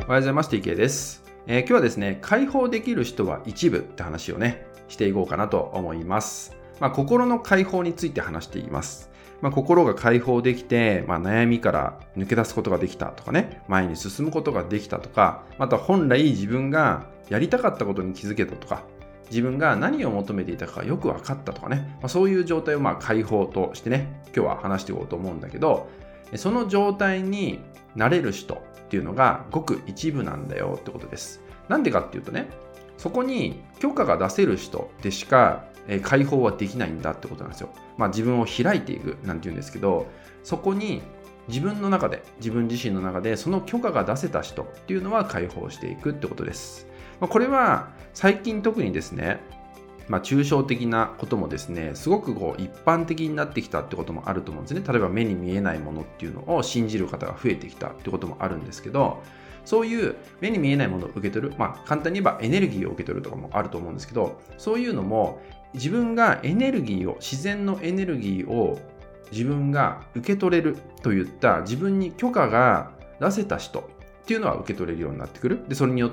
おはようございます。TK です。今日はですね、解放できる人は一部って話をね、していこうかなと思います。心の解放について話しています。心が解放できて、悩みから抜け出すことができたとかね、前に進むことができたとか、また本来自分がやりたかったことに気づけたとか、自分が何を求めていたかよく分かったとかね、そういう状態を解放としてね、今日は話していこうと思うんだけど、その状態になれる人っていうのがごく一部なんだよってことです。なんでかっていうとね、そこに許可が出せる人でしか解放はできないんだってことなんですよ。自分を開いていくなんて言うんですけど、そこに自分自身の中でその許可が出せた人っていうのは解放していくってことです。これは最近特にですね、抽象的なこともですね、すごく一般的になってきたってこともあると思うんですね。例えば目に見えないものっていうのを信じる方が増えてきたってこともあるんですけど、そういう目に見えないものを受け取る、簡単に言えばエネルギーを受け取るとかもあると思うんですけど、そういうのも自分が自然のエネルギーを自分が受け取れるといった自分に許可が出せた人っていうのは受け取れるようになってくる。で、それによって、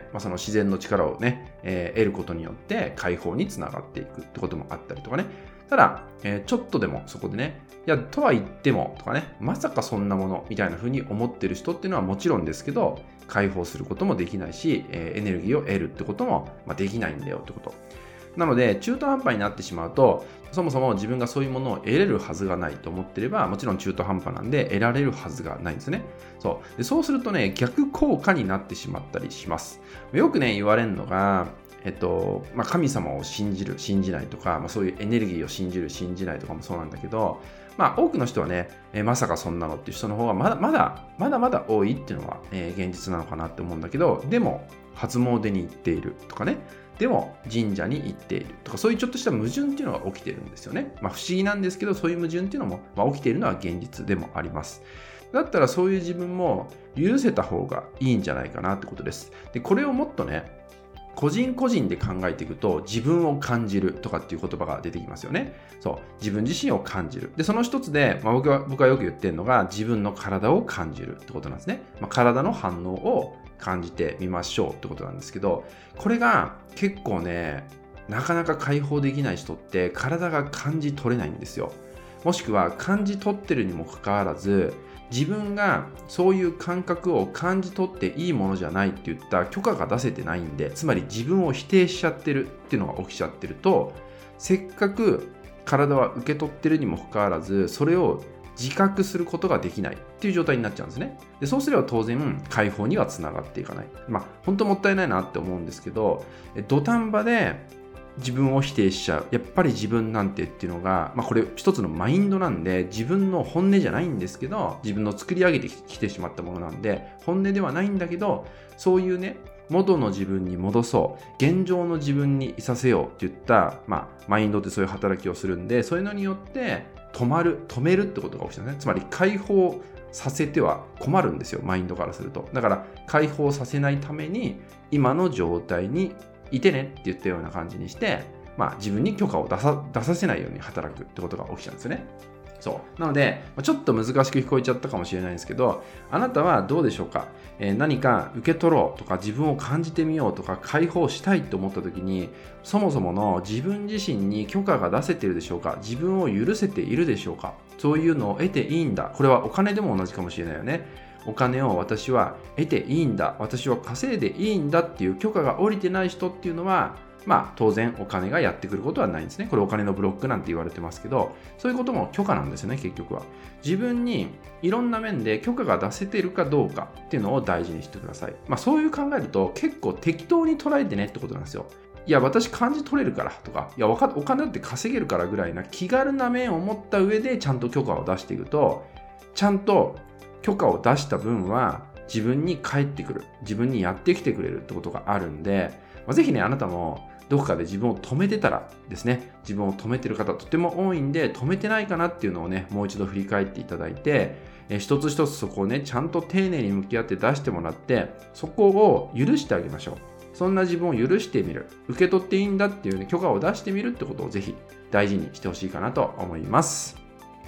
その自然の力をね、得ることによって解放につながっていくってこともあったりとかね。ただ、ちょっとでもそこでね、いや、とは言ってもとかね、まさかそんなものみたいな風に思ってる人っていうのはもちろんですけど、解放することもできないし、エネルギーを得るってこともできないんだよってこと。なので、中途半端になってしまうと、そもそも自分がそういうものを得れるはずがないと思ってれば、もちろん中途半端なんで得られるはずがないんですね。そうするとね、逆効果になってしまったりします。よくね、言われるのが、神様を信じる、信じないとか、そういうエネルギーを信じる、信じないとかもそうなんだけど、多くの人はね、まさかそんなのっていう人の方がまだ多いっていうのは、現実なのかなって思うんだけど、でも、初詣に行っているとかね、でも神社に行っているとか、そういうちょっとした矛盾っていうのが起きてるんですよね。不思議なんですけど、そういう矛盾っていうのも、起きているのは現実でもあります。だったらそういう自分も許せた方がいいんじゃないかなってことです。で、これをもっとね、個人個人で考えていくと、自分を感じるとかっていう言葉が出てきますよね。自分自身を感じる。で、その一つで、僕はよく言ってるのが、自分の体を感じるってことなんですね。体の反応を感じてみましょうってことなんですけど、これが結構ね、なかなか解放できない人って体が感じ取れないんですよ。もしくは感じ取ってるにもかかわらず、自分がそういう感覚を感じ取っていいものじゃないって言った許可が出せてないんで、つまり自分を否定しちゃってるっていうのが起きちゃってると、せっかく体は受け取ってるにもかかわらず、それを自覚することができないっていう状態になっちゃうんですね。で、そうすれば当然解放にはつながっていかない。本当もったいないなって思うんですけど、土壇場で自分を否定しちゃう。やっぱり自分なんてっていうのが、これ一つのマインドなんで、自分の本音じゃないんですけど、自分の作り上げてきてしまったものなんで、本音ではないんだけど、そういうね、元の自分に戻そう、現状の自分にいさせようっていった、マインドってそういう働きをするんで、そういうのによって止めるってことが起きたんですね。つまり解放させては困るんですよ、マインドからすると。だから解放させないために、今の状態にいてねって言ったような感じにして、自分に許可を出させないように働くってことが起きちゃうんですよね。なので、ちょっと難しく聞こえちゃったかもしれないんですけど、あなたはどうでしょうか。何か受け取ろうとか、自分を感じてみようとか、解放したいと思った時に、そもそもの自分自身に許可が出せているでしょうか。自分を許せているでしょうか。そういうのを得ていいんだ。これはお金でも同じかもしれないよね。お金を私は得ていいんだ、私は稼いでいいんだっていう許可が下りてない人っていうのは、当然お金がやってくることはないんですね。これお金のブロックなんて言われてますけど、そういうことも許可なんですよね、結局は。自分にいろんな面で許可が出せてるかどうかっていうのを大事にしてください。そういう考えると結構適当に捉えてねってことなんですよ。いや、私感じ取れるからとか、いや、お金だって稼げるからぐらいな気軽な面を持った上でちゃんと許可を出していくと、ちゃんと許可を出した分は自分に返ってくる、自分にやってきてくれるってことがあるんで、ぜひね、あなたもどこかで自分を止めてたらですね、自分を止めてる方とても多いんで、止めてないかなっていうのをね、もう一度振り返っていただいて、一つ一つそこをね、ちゃんと丁寧に向き合って出してもらって、そこを許してあげましょう。そんな自分を許してみる、受け取っていいんだっていうね、許可を出してみるってことをぜひ大事にしてほしいかなと思います。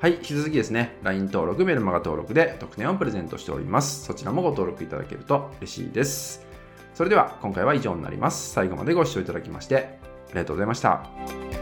はい、引き続きですね、LINE 登録、メルマガ登録で特典をプレゼントしております。そちらもご登録いただけると嬉しいです。それでは今回は以上になります。最後までご視聴いただきましてありがとうございました。